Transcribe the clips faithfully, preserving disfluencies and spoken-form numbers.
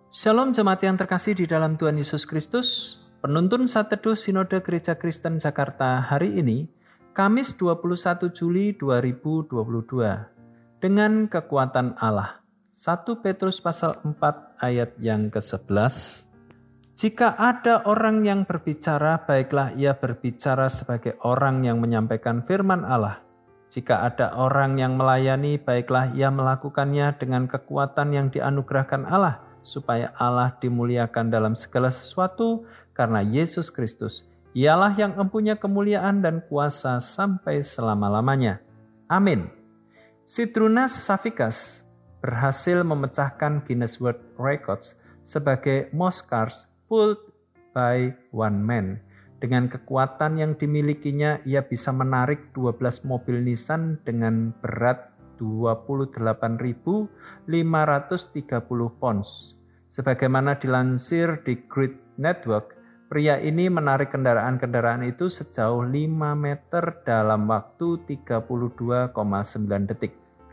Shalom jemaat yang terkasih di dalam Tuhan Yesus Kristus. Penuntun Saat Teduh Sinode Gereja Kristen Jakarta hari ini, Kamis dua puluh satu Juli dua ribu dua puluh dua. Dengan kekuatan Allah. satu Petrus pasal empat ayat yang kesebelas. Jika ada orang yang berbicara, baiklah ia berbicara sebagai orang yang menyampaikan firman Allah. Jika ada orang yang melayani, baiklah ia melakukannya dengan kekuatan yang dianugerahkan Allah, supaya Allah dimuliakan dalam segala sesuatu karena Yesus Kristus. Ialah yang mempunyai kemuliaan dan kuasa sampai selama-lamanya. Amin. Sidrunas Safikas berhasil memecahkan Guinness World Records sebagai most cars pulled by one man. Dengan kekuatan yang dimilikinya, ia bisa menarik dua belas mobil Nissan dengan berat dua puluh delapan ribu lima ratus tiga puluh pounds. Sebagaimana dilansir di Grid Network, pria ini menarik kendaraan-kendaraan itu sejauh lima meter dalam waktu tiga puluh dua koma sembilan detik.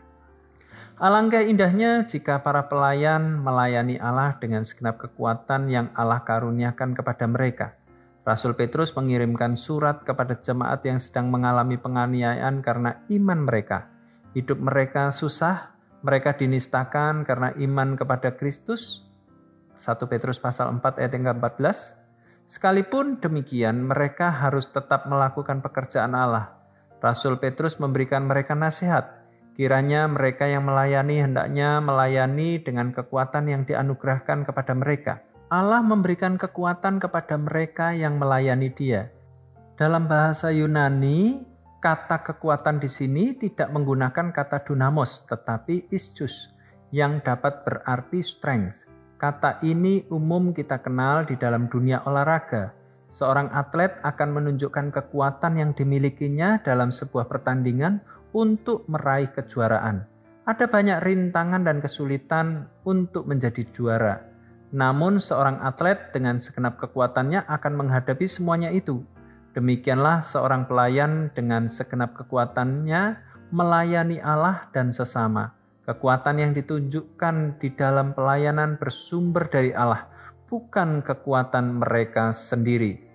Alangkah indahnya jika para pelayan melayani Allah dengan segenap kekuatan yang Allah karuniakan kepada mereka. Rasul Petrus mengirimkan surat kepada jemaat yang sedang mengalami penganiayaan karena iman mereka. Hidup mereka susah, mereka dinistakan karena iman kepada Kristus. satu Petrus pasal empat ayat yang keempat belas. Sekalipun demikian, mereka harus tetap melakukan pekerjaan Allah. Rasul Petrus memberikan mereka nasihat. Kiranya mereka yang melayani hendaknya melayani dengan kekuatan yang dianugerahkan kepada mereka. Allah memberikan kekuatan kepada mereka yang melayani Dia. Dalam bahasa Yunani, kata kekuatan di sini tidak menggunakan kata dunamos, tetapi ischus, yang dapat berarti strength. Kata ini umum kita kenal di dalam dunia olahraga. Seorang atlet akan menunjukkan kekuatan yang dimilikinya dalam sebuah pertandingan untuk meraih kejuaraan. Ada banyak rintangan dan kesulitan untuk menjadi juara. Namun seorang atlet dengan segenap kekuatannya akan menghadapi semuanya itu. Demikianlah seorang pelayan dengan segenap kekuatannya melayani Allah dan sesama. Kekuatan yang ditunjukkan di dalam pelayanan bersumber dari Allah, bukan kekuatan mereka sendiri.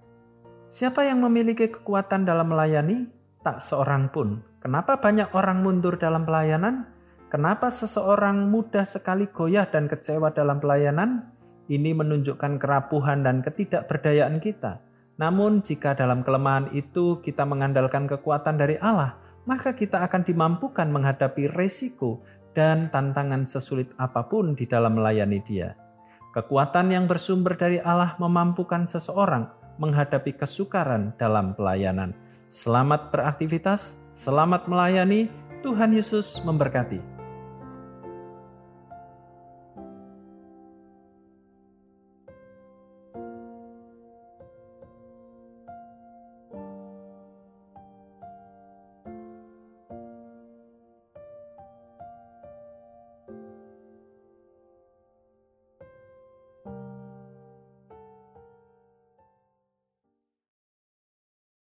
Siapa yang memiliki kekuatan dalam melayani? Tak seorang pun. Kenapa banyak orang mundur dalam pelayanan? Kenapa seseorang mudah sekali goyah dan kecewa dalam pelayanan? Ini menunjukkan kerapuhan dan ketidakberdayaan kita. Namun jika dalam kelemahan itu kita mengandalkan kekuatan dari Allah, maka kita akan dimampukan menghadapi resiko dan tantangan sesulit apapun di dalam melayani Dia. Kekuatan yang bersumber dari Allah memampukan seseorang menghadapi kesukaran dalam pelayanan. Selamat beraktivitas, selamat melayani, Tuhan Yesus memberkati.